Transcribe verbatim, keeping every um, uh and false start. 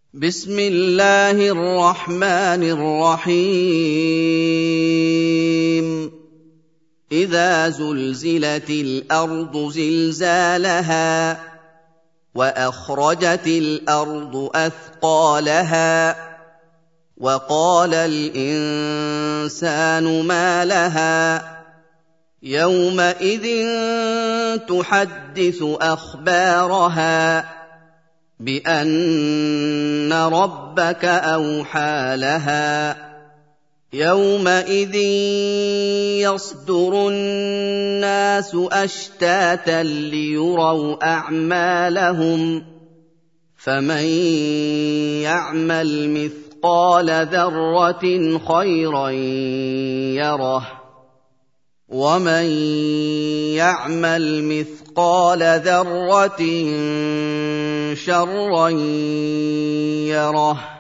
بسم الله الرحمن الرحيم إذا زلزلت الأرض زلزالها وأخرجت الأرض أثقالها وقال الإنسان ما لها يومئذ تحدث أخبارها بأن ربك أوحى لها يومئذ يصدر الناس أشتاتا ليروا أعمالهم فمن يعمل مثقال ذرة خيرا يره ومن يعمل مثقال ذرة شرا يره